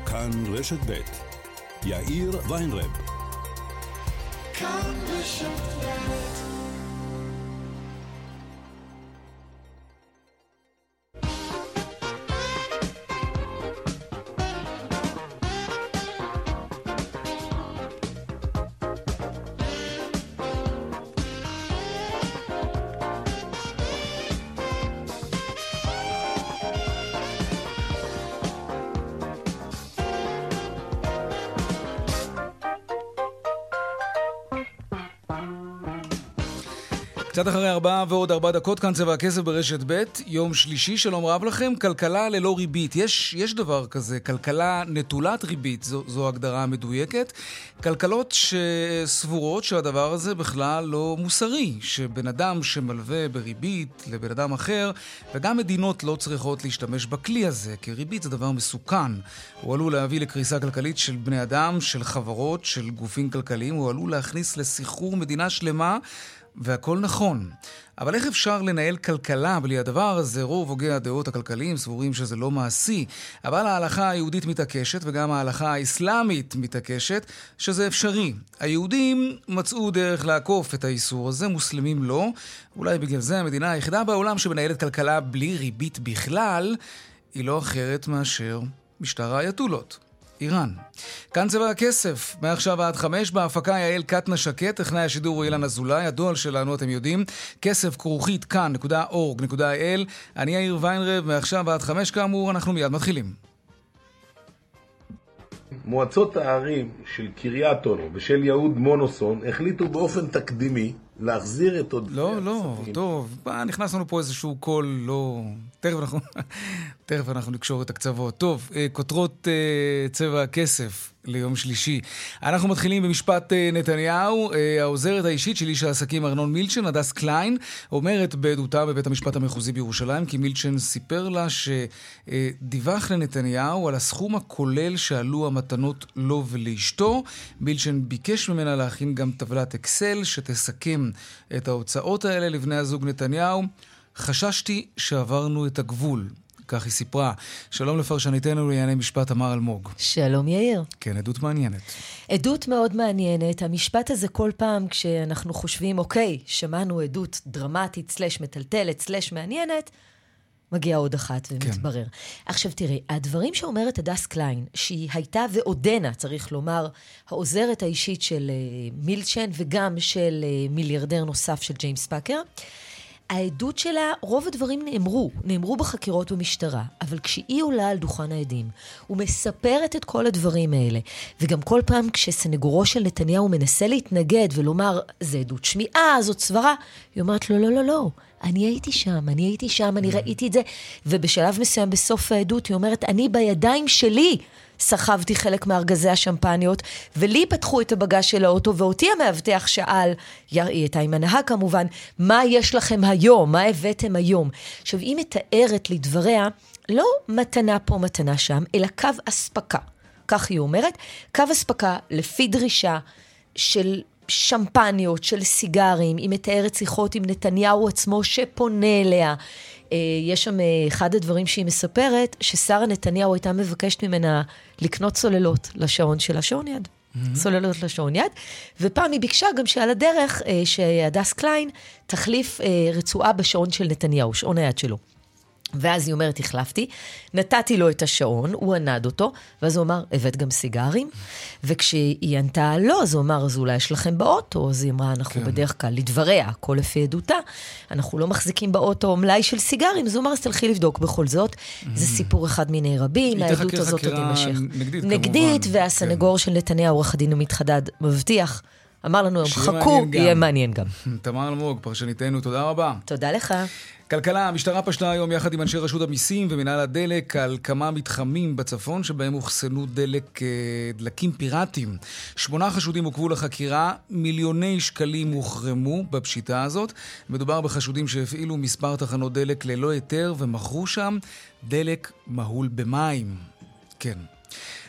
כאן רשת ב' יאיר ויינרב. כאן רשת ב'. קצת אחרי 4 ועוד 4 דקות, כאן צבע הכסף ברשת ב', יום שלישי, שלום רב לכם. כלכלה ללא ריבית, יש דבר כזה, כלכלה נטולת ריבית, זו הגדרה המדויקת. כלכלות שסבורות שהדבר הזה בכלל לא מוסרי, שבן אדם שמלווה בריבית לבן אדם אחר, וגם מדינות לא צריכות להשתמש בכלי הזה, כי ריבית זה דבר מסוכן. הוא עלול להביא לקריסה כלכלית של בני אדם, של חברות, של גופים כלכליים, הוא עלול להכניס לסחרור מדינה שלמה, והכל נכון. אבל איך אפשר לנהל כלכלה בלי הדבר הזה? רוב הוגי הדעות הכלכליים סבורים שזה לא מעשי, אבל ההלכה היהודית מתעקשת, וגם ההלכה האסלאמית מתעקשת, שזה אפשרי. היהודים מצאו דרך לעקוף את האיסור הזה, מוסלמים לא. אולי בגלל זה המדינה היחידה בעולם שמנהלת כלכלה בלי ריבית בכלל, היא לא אחרת מאשר משטר האייתולות. איראן. כאן צבע הכסף, מעכשיו עד 5, בהפקה יעל קטנה שקט, טכנאי השידור הוא אילן אזולאי, הדואל שלנו אתם יודעים, כסף@כאן.org.il. אני יאיר ויינרב, מעכשיו עד 5 כאמור, אנחנו מיד מתחילים. מועצות הערים של קריית אונו ושל יהוד מונוסון החליטו באופן תקדימי להחזיר את עוד... לא, טוב, נכנס לנו פה איזשהו קול, לא... תכף אנחנו נקשור את הקצוות. טוב, כותרות צבע הכסף ליום שלישי. אנחנו מתחילים במשפט נתניהו. העוזרת האישית של איש העסקים ארנון מילצ'ן, הדס קליין, אומרת בעדותה בבית המשפט המחוזי בירושלים, כי מילצ'ן סיפר לה שדיווח לנתניהו על הסכום הכולל שעלו המתנות לו ולאשתו. מילצ'ן ביקש ממנה להכין גם טבלת אקסל שתסכם את ההוצאות האלה לבני הזוג נתניהו. חששתי שעברנו את הגבול. כך היא סיפרה. שלום לפרשניתנו לענייני משפט תמר אלמוג. שלום יאיר. כן, עדות מעניינת. עדות מאוד מעניינת. המשפט הזה כל פעם כשאנחנו חושבים, אוקיי, שמענו עדות דרמטית, סלש מטלטלת, סלש מעניינת, מגיעה עוד אחת ומתברר. כן. עכשיו תראי, הדברים שאומרת הדס קליין, שהיא הייתה ועודנה, צריך לומר, העוזרת האישית של מילצ'ן וגם של מיליארדר נוסף של ג'יימס פאקר, העדות שלה, רוב הדברים נאמרו בחקירות במשטרה, אבל כשהיא עולה על דוכן העדים, הוא מספרת את כל הדברים האלה, וגם כל פעם כשסנגורו של נתניהו מנסה להתנגד ולומר, זה עדות שמיעה, זאת סברה, היא אומרת, לא, אני הייתי שם, אני ראיתי את זה, ובשלב מסוים בסוף העדות היא אומרת, אני בידיים שלי סחבתי חלק מארגזי השמפניות, ולי פתחו את הבגז של האוטו, ואותי המאבטח שאל, היא הייתה עם הנהג כמובן, מה יש לכם היום? מה הבאתם היום? עכשיו, היא מתארת לדבריה, לא מתנה פה, מתנה שם, אלא קו אספקה. כך היא אומרת, קו אספקה לפי דרישה של שמפניות, של סיגרים, היא מתארת שיחות עם נתניהו עצמו שפונה אליה. יש שם אחד הדברים שהיא מספרת, ששרה נתניהו הייתה מבקשת ממנה לקנות סוללות לשעון של השעון יד. סוללות לשעון יד. ופעם היא ביקשה גם שעל הדרך, שהדס קליין תחליף רצועה בשעון של נתניהו, שעון היד שלו. ואז היא אומרת, החלפתי, נתתי לו את השעון, הוא ענד אותו, ואז הוא אמר, הבאת גם סיגרים? וכשהיא ענתה לא, אז הוא אמר, אז אולי יש לכם באוטו, אז היא אמרה, אנחנו בדרך כלל, לדבריה, הכל לפי עדותה, אנחנו לא מחזיקים באוטו מלאי של סיגרים, אז הוא אמר, אז תלכי לבדוק בכל זאת, זה סיפור אחד מיני רבים, העדות הזאת עוד יימשך. נגדית, והסנגור של נתניהו, עורך הדין מתחדד, מבטיח, אמר לנו, חכו, יהיה מעניין גם. תמר אלמוג, פרשניתנו, תודה רבה. תודה לך. כלכלה, המשטרה פשטה היום יחד עם אנשי רשות המיסים ומנהל הדלק על כמה מתחמים בצפון שבהם הוחסנו דלקים פיראטיים. 8 חשודים עוכבו לחקירה, מיליוני שקלים הוחרמו בפשיטה הזאת. מדובר בחשודים שהפעילו מספר תחנות דלק ללא היתר ומכרו שם דלק מהול במים. כן.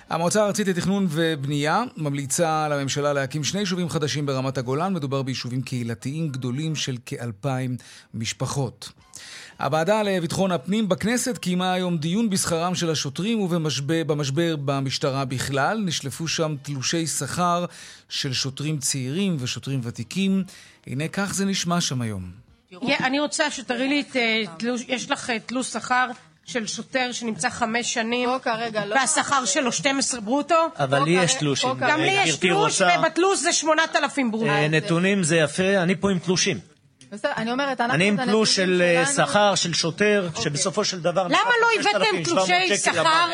המועצה הארצית לתכנון ובנייה ממליצה לממשלה להקים 2 יישובים חדשים ברמת הגולן. מדובר ביישובים קהילתיים גדולים של כ2,000 משפחות. הוועדה לביטחון הפנים בכנסת קיימה היום דיון בשכרם של השוטרים ובמשבר במשטרה בכלל. נשלפו שם תלושי שכר של שוטרים צעירים ושוטרים ותיקים. הנה כך זה נשמע שם היום. אני רוצה שתראי לי, יש לך תלוש שכר של שוטר שנמצא 5 שנים, והשכר שלו 12 ברוטו. אבל לי יש תלושים. גם לי יש תלוש, ובתלוש זה 8,000 ברוטו. נתונים זה יפה, אני פה עם תלושים. אני עם תלוש של שכר של שוטר, שבסופו של דבר... למה לא הבאתם תלושי שכר?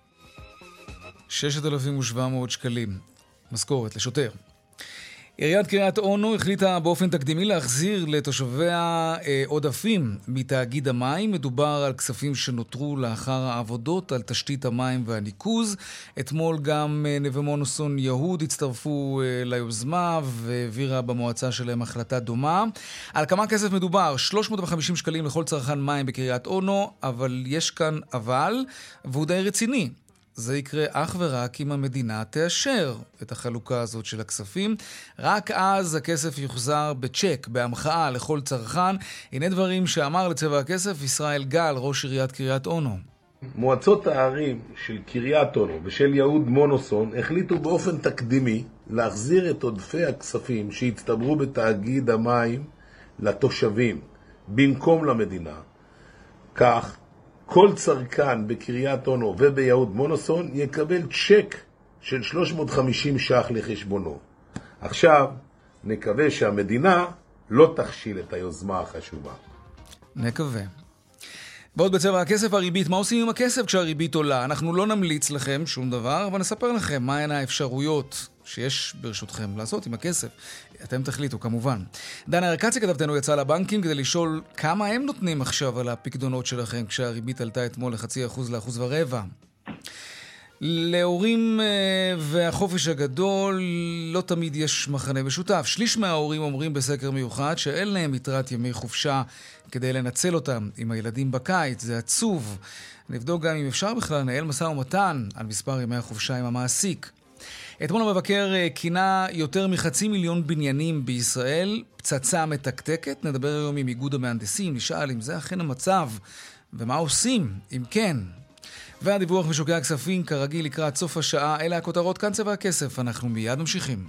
6,700 שקלים משכורת לשוטר. עיריית קריית אונו החליטה באופן תקדימי להחזיר לתושביה עודפים מתאגיד המים. מדובר על כספים שנותרו לאחר העבודות על תשתית המים והניקוז. אתמול גם נווה מונוסון יהוד הצטרפו ליוזמה והעבירה במועצה שלהם החלטה דומה. על כמה כסף מדובר? 350 שקלים לכל צרכן מים בקריית אונו, אבל יש כאן אבל, והוא די רציני. זה יקרה אך ורק אם המדינה תאשר את החלוקה הזאת של הכספים. רק אז הכסף יוחזר בצ'ק, בהמחאה לכל צרכן. הנה דברים שאמר לצבע הכסף ישראל גל, ראש עיריית קריית אונו. מועצות הערים של קריית אונו ושל יהוד מונוסון החליטו באופן תקדימי להחזיר את עודפי הכספים שהצטברו בתאגיד המים לתושבים במקום למדינה. כך כל צרכן בקריית אונו וביהוד מונוסון יקבל צ'ק של 350 ש"ח לחשבונו. עכשיו נקווה שהמדינה לא תכשיל את היוזמה החשובה. נקווה. ועוד בצבע הכסף הריבית. מה עושים עם הכסף כשהריבית עולה? אנחנו לא נמליץ לכם שום דבר, אבל נספר לכם מהן האפשרויות שיש ברשותכם לעשות עם הכסף. אתם תחליטו כמובן. דנה ארקצי כתבתנו יצא לבנקים כדי לשאול כמה הם נותנים עכשיו על הפקדונות שלכם כשהריבית עלתה אתמול ל0.5% ל1.25%. להורים והחופש הגדול לא תמיד יש מחנה משותף. שליש מההורים אומרים בסקר מיוחד שאין להם יתרת ימי חופשה כדי לנצל אותם עם הילדים בקיץ. זה עצוב. נבדוק גם אם אפשר בכלל לנהל משא ומתן על מספר ימי החופשה עם המעסיק. אתמול המבקר כינה יותר מ500,000 בניינים בישראל פצצה מתקתקת. נדבר היום עם איגוד המהנדסים, נשאל אם זה אכן המצב ומה עושים אם כן. והדיווח משוקי הכספים כרגיל לקראת סוף השעה. אלה הכותרות, כאן צבע הכסף. אנחנו מיד ממשיכים.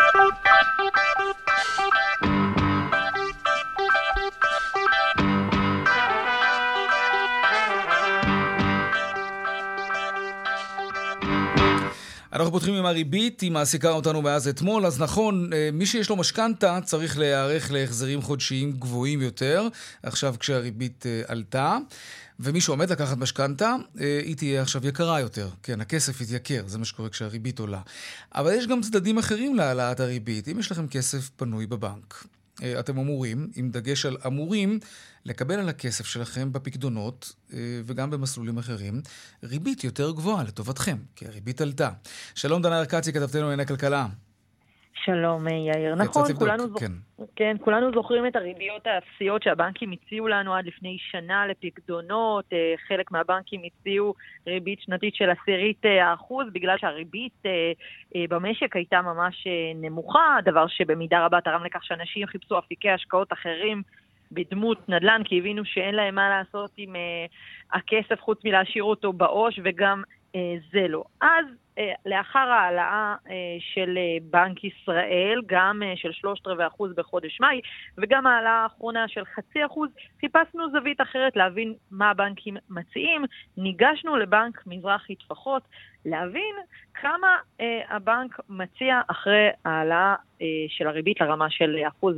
אנחנו פותחים עם הריבית, היא מעסיקה אותנו מאז אתמול. אז נכון, מי שיש לו משכנתה צריך להיערך להחזרים חודשיים גבוהים יותר, עכשיו כשהריבית עלתה. ומי שעומד לקחת משכנתה, היא תהיה עכשיו יקרה יותר. כן, הכסף יתייקר, זה מה שקורה כשהריבית עולה. אבל יש גם צדדים אחרים להעלאת הריבית. אם יש לכם כסף פנוי בבנק, אתם אמורים, עם דגש על אמורים, לקבל על הכסף שלכם בפקדונות וגם במסלולים אחרים, ריבית יותר גבוהה לטובתכם, כי הריבית עלתה. שלום דנה ארקצי, כתבתנו לענייני כלכלה. שלום יאיר. נכון, כולנו זוכרים את הריביות האפסיות שהבנקים הציעו לנו עד לפני שנה לפקדונות. חלק מהבנקים הציעו ריבית שנתית של 0.1%, בגלל שהריבית במשק הייתה ממש נמוכה, דבר שבמידה רבה תרם לכך שאנשים חיפשו אפיקי השקעות אחרים בדמות נדל"ן, כי הבינו שאין להם מה לעשות עם הכסף חוץ מלהשאיר אותו בעו"ש, וגם זה לא. אז לאחר העלאה של בנק ישראל, גם של 0.75% בחודש מאי, וגם העלאה האחרונה של 0.5%, חיפשנו זווית אחרת להבין מה הבנקים מציעים. ניגשנו לבנק מזרחי טפחות להבין כמה הבנק מציע אחרי העלאה של הריבית לרמה של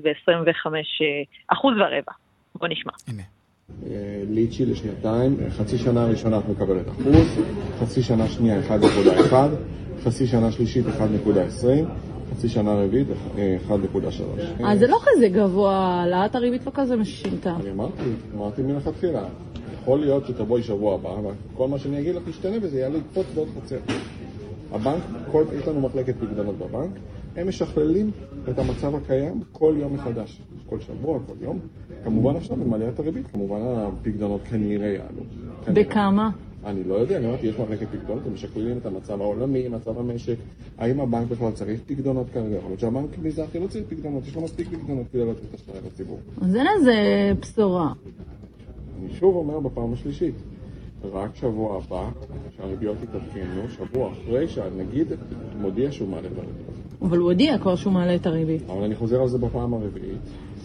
1.25%. בוא נשמע. הנה. ליצ'י לשנתיים, חצי שנה הראשונה את מקבלת 1%, חצי שנה שנייה 1.1, חצי שנה שלישית 1.20, חצי שנה רביעית 1.3. אז זה לא כזה גבוה, העלאת הריבית לא כזה משינתה. אני אמרתי מלכתחילה, יכול להיות שתבואי שבוע הבא, וכל מה שאני אגיד לך ישתנה וזה יעלה לקפוץ בעוד 0.5%. הבנק, יש לנו מחלקת פקדונות בבנק, הם משכללים את המצב הקיים כל יום מחדש, כל שבוע, כל יום. כמובן עכשיו עם עליית הריבית, כמובן הפקדונות כנראה יעלו. בכמה? אני לא יודע, אני אומרת, יש מחלקת פקדונות, הם משקללים את המצב העולמי, מצב המשק, האם הבנק בכלל צריך פקדונות כרגע, יכול להיות שהבנק מזרחי לא צריך פקדונות, יש לו מספיק פקדונות כדי לתת אשראי לציבור. אז אין איזה בשורה. אני שוב אומר בפעם השלישית, רק שבוע הבא, שהריביות יתעדכנו, שבוע אחרי שהנגיד מודיע שהוא מעלה את הריבית. אבל הוא הודיע כבר שהוא מעלה את הריבית. אבל אני חוזר על זה בפעם הרביעית.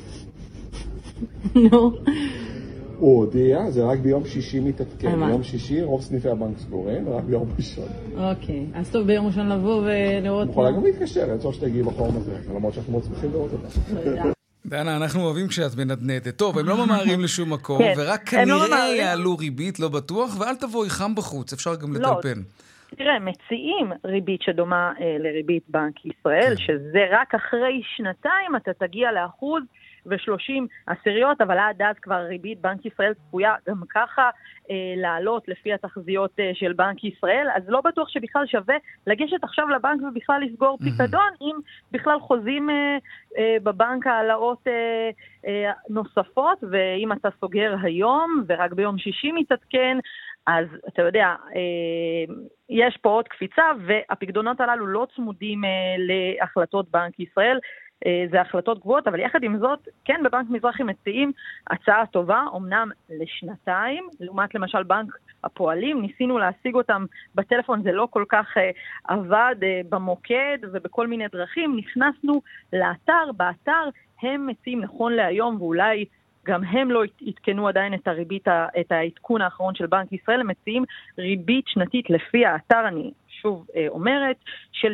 נו. הוא הודיע, זה רק ביום שישי מתעדכן. ביום שישי רוב סניפי הבנק סגורים, ורק ביום ראשון. אוקיי, אז טוב ביום ראשון לבוא ולראות... יכולה גם להתקשר, אין צורך שתגיעי בחורם הזה, למרות שאנחנו מאוד שמחים לראות אותה. דנה, אנחנו אוהבים כשאת מנדנדת. טוב, הם לא ממהרים לשום מקום, ורק כנראה יעלו ריבית, לא בטוח, ואל תבואי חם בחוץ, אפשר גם לטלפן. תראה, מציעים ריבית שדומה לריבית בנק ישראל, שזה רק אחרי שנתיים אתה תגיע ל1.30%, אבל עד אז כבר ריבית בנק ישראל צפויה גם ככה לעלות לפי התחזיות של בנק ישראל, אז לא בטוח שבכלל שווה לגשת עכשיו לבנק ובכלל לסגור פיקדון, אם בכלל חוזים בבנק העלאות נוספות, ואם אתה סוגר היום ורק ביום שישי מתעדכן, אז אתה יודע, יש פה עוד קפיצה, והפקדונות הללו לא צמודים להחלטות בנק ישראל, זה החלטות גבוהות, אבל יחד עם זאת, כן, בבנק מזרחי מציעים הצעה טובה, אמנם לשנתיים, לעומת למשל בנק הפועלים, ניסינו להשיג אותם בטלפון, זה לא כל כך עבד במוקד ובכל מיני דרכים, נכנסנו לאתר, באתר הם מציעים נכון להיום, ואולי גם הם לא התקנו עדיין את הריבית, את העדכון האחרון של בנק ישראל, הם מציעים ריבית שנתית לפי האתר, אני שוב אומרת, של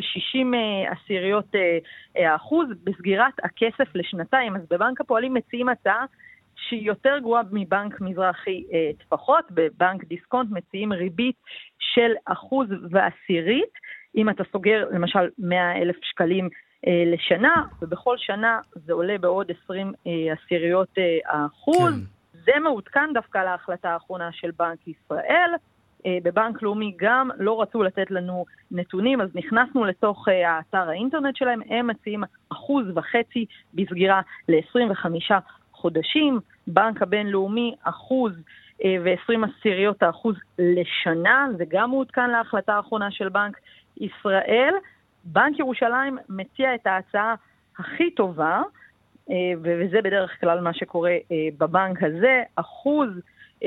60% בסגירת הכסף לשנתיים. אז בבנק הפועלים מציעים הצעה שהיא יותר גרועה מבנק מזרחי טפחות, בבנק דיסקונט מציעים ריבית של 1.10%, אם אתה סוגר למשל 100,000 שקלים לשנה, ובכל שנה זה עולה בעוד 0.20%. זה מעודכן דווקא להחלטה האחרונה של בנק ישראל. בבנק לאומי גם לא רצו לתת לנו נתונים, אז נכנסנו לתוך האתר האינטרנט שלהם, הם מציעים 1.5% בסגירה ל-25 חודשים, בנק הבינלאומי 1.20% לשנה, זה גם מעודכן להחלטה האחרונה של בנק ישראל. בנק ירושלים מציע את ההצעה הכי טובה, וזה בדרך כלל מה שקורה בבנק הזה, 1.3%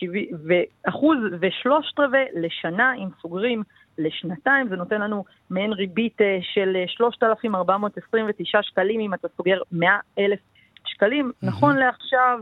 לשנה, אם סוגרים לשנתיים, זה נותן לנו מעין ריבית של 3,429 שקלים, אם אתה סוגר 100,000 שקלים. נכון לעכשיו,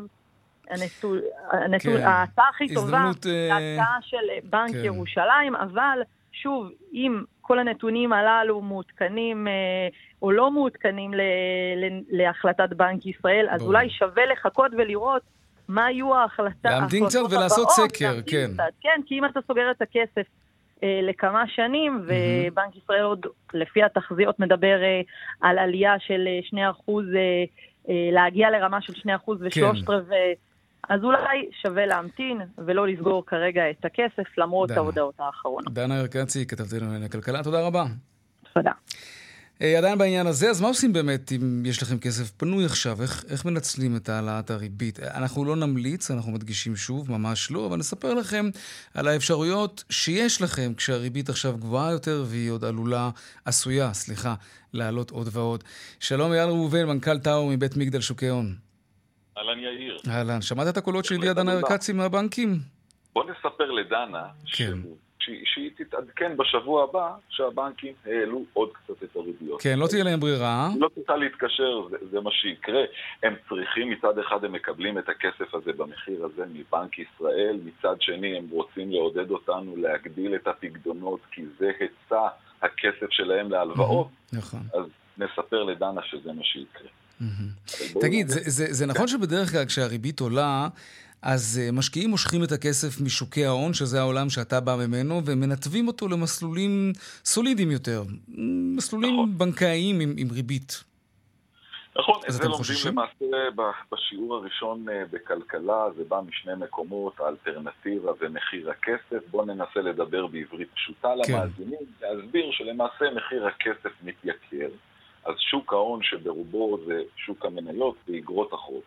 ההצעה הכי טובה, ההצעה של בנק ירושלים, אבל שוב, אם כל הנתונים הללו מעודכנים או לא מעודכנים להחלטת בנק ישראל, אז אולי שווה לחכות ולראות מה יהיו ההחלטה. להמתין קצת ולעשות סקר, כן. כן, כי אם אתה סוגר את הכסף לכמה שנים, ובנק ישראל עוד לפי התחזיות מדבר על עלייה של 2%, להגיע לרמה של 2% ו3%, אז אולי שווה להמתין ולא לסגור כרגע את הכסף למרות ההודעות האחרונות. דנה ארקצי, כתבתי לנו לענייני כלכלה, תודה רבה. תודה. עדיין בעניין הזה, אז מה עושים באמת אם יש לכם כסף פנוי עכשיו? איך מנצלים את העלאת הריבית? אנחנו לא נמליץ, אנחנו מדגישים שוב, ממש לא, אבל נספר לכם על האפשרויות שיש לכם כשהריבית עכשיו גבוהה יותר, והיא עוד עשויה, לעלות עוד ועוד. שלום אייל ראובן, מנכ"ל טאו מבית מגדל שוקי הון. אהלן יאיר. אהלן, שמעת את הקולות שהביאה דנה ארקצי מהבנקים? בוא נספר לדנה שהיא תתעדכן בשבוע הבא שהבנקים העלו עוד קצת את הריביות. כן, לא תהיה להם ברירה. לא תוכל להתקשר, זה מה שיקרה. הם צריכים, מצד אחד הם מקבלים את הכסף הזה במחיר הזה מבנק ישראל, מצד שני הם רוצים לעודד אותנו להגדיל את הפקדונות, כי זה היצע הכסף שלהם להלוואות. נכון. אז נספר לדנה שזה מה שיקרה. תגיד, זה נכון שבדרך כלל כשהריבית עולה, אז משקיעים מושכים את הכסף משוקי ההון, שזה העולם שאתה בא ממנו, ומנתבים אותו למסלולים סולידיים יותר, מסלולים בנקאיים עם ריבית. נכון, את זה לומדים למעשה בשיעור הראשון בכלכלה, זה בא משני מקומות, האלטרנטיבה ומחיר הכסף. בוא ננסה לדבר בעברית פשוטה למאזינים, להסביר שלמעשה מחיר הכסף מתייקר, אז שוק ההון שברובו זה שוק המניות ואגרות החוב.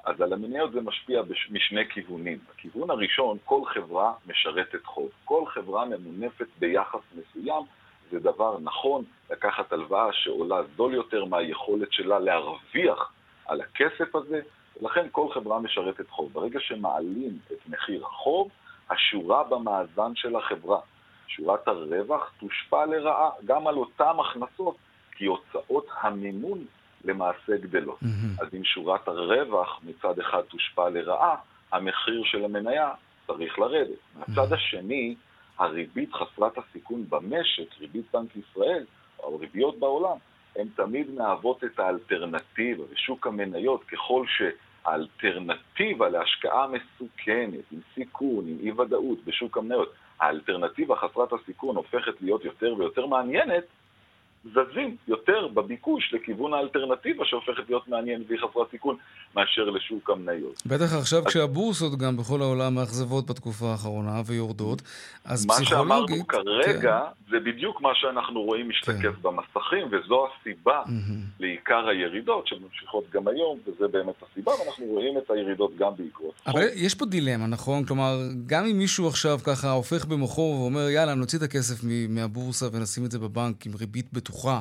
אז על המניות זה משפיע משני כיוונים. בכיוון הראשון, כל חברה משרתת חוב. כל חברה ממונפת ביחס מסוים, זה דבר נכון לקחת הלוואה שעולה זול יותר מהיכולת שלה להרוויח על הכסף הזה, ולכן כל חברה משרתת חוב. ברגע שמעלים את מחיר החוב, השורה במאזן של החברה, שורת הרווח, תושפע לרעה גם על אותם הכנסות, כי הוצאות המימון למעשה גדלות. אז אם שורת הרווח מצד אחד תושפע לרעה, המחיר של המניה צריך לרדת. מצד השני, הריבית חסרת הסיכון במשק, ריבית בנק ישראל, או ריביות בעולם, הן תמיד מהוות את האלטרנטיבה בשוק המניות, ככל שהאלטרנטיבה להשקעה מסוכנת, עם סיכון, עם אי-ודאות בשוק המניות, האלטרנטיבה חסרת הסיכון הופכת להיות יותר ויותר מעניינת, זזים יותר בביקוש לכיוון האלטרנטיבה שהופכת להיות מעניין והיא חסרת סיכון מאשר לשוק המניות. בטח עכשיו כשהבורסות גם בכל העולם מאכזבות בתקופה האחרונה ויורדות, אז מה פסיכולוגית... מה שאמרנו כרגע זה בדיוק מה שאנחנו רואים משתקף במסכים, וזו הסיבה לעיקר הירידות שממשיכות גם היום, וזה באמת הסיבה, ואנחנו רואים את הירידות גם בעקבות. אבל יש פה דילמה, נכון? כלומר, גם אם מישהו עכשיו ככה הופך במוחו ואומר, יאללה, נוציא את הכסף מהבורסה ונשים את זה בבנק עם ריבית בטוחה,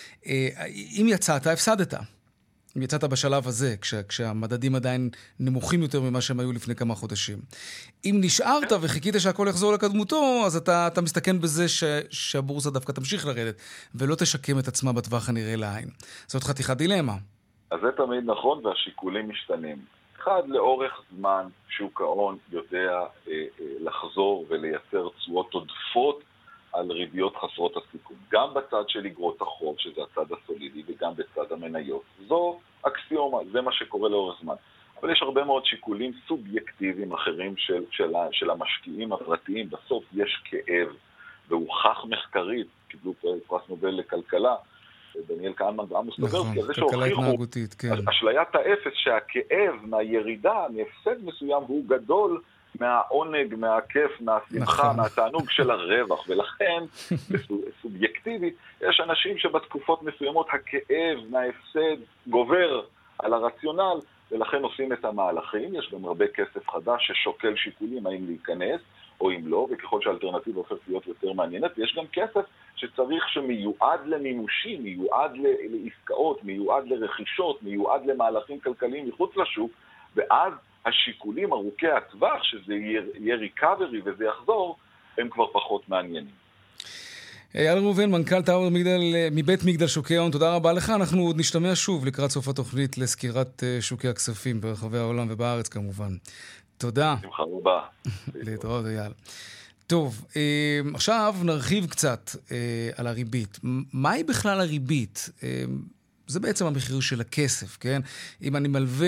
אם יצאת, הפסדת. אם יצאת בשלב הזה, כשהמדדים עדיין נמוכים יותר ממה שהם היו לפני כמה חודשים. אם נשארת וחיכית שהכל יחזור לקדמותו, אז אתה מסתכן בזה שהבורסה דווקא תמשיך לרדת, ולא תשקם את עצמה בטווח הנראה לעין. זאת חתיכת דילמה. אז זה תמיד נכון, והשיקולים משתנים. אחד, לאורך זמן, שוק ההון יודע לחזור ולייצר תשואות עודפות על ריביות חסרות הסיכון. גם בצד של אגרות החוב, שזה הצד הסולידי, וגם בצד המניות. זו אקסיומה, זה מה שקורה לאורך זמן. אבל יש הרבה מאוד שיקולים סובייקטיביים אחרים של המשקיעים הפרטיים. בסוף יש כאב, והוכח מחקרית, קיבלו פרס נובל לכלכלה, דניאל כהנמן ועמוס טוברסקי, נכון, כלכלה התנהגותית, כן. אשליית האפס שהכאב מהירידה, מהפסד מסוים, והוא גדול מהעונג, מהכיף, מהשמחה, נכון. מהתענוג של הרווח, ולכן, סובייקטיבית, יש אנשים שבתקופות מסוימות הכאב מההפסד גובר על הרציונל, ולכן עושים את המהלכים. יש גם הרבה כסף חדש ששוקל שיקולים האם להיכנס או אם לא, וככל שהאלטרנטיבה הופכת להיות יותר מעניינת, יש גם כסף שצריך שמיועד למימושים, מיועד לעסקאות, מיועד לרכישות, מיועד למהלכים כלכליים מחוץ לשוק, ואז השיקולים ארוכי הטווח, שזה יהיה ריקאברי וזה יחזור, הם כבר פחות מעניינים. אייל ראובן, מנכ"ל טאוור מבית מגדל שוקי ההון, תודה רבה לך. אנחנו עוד נשתמע שוב לקראת סוף התוכנית לסקירת שוקי הכספים ברחבי העולם ובארץ כמובן. תודה. שמחה רבה. להתראות, אייל. טוב, עכשיו נרחיב קצת על הריבית. מהי בכלל הריבית? זה בעצם המחיר של הכסף, כן? אם אני מלווה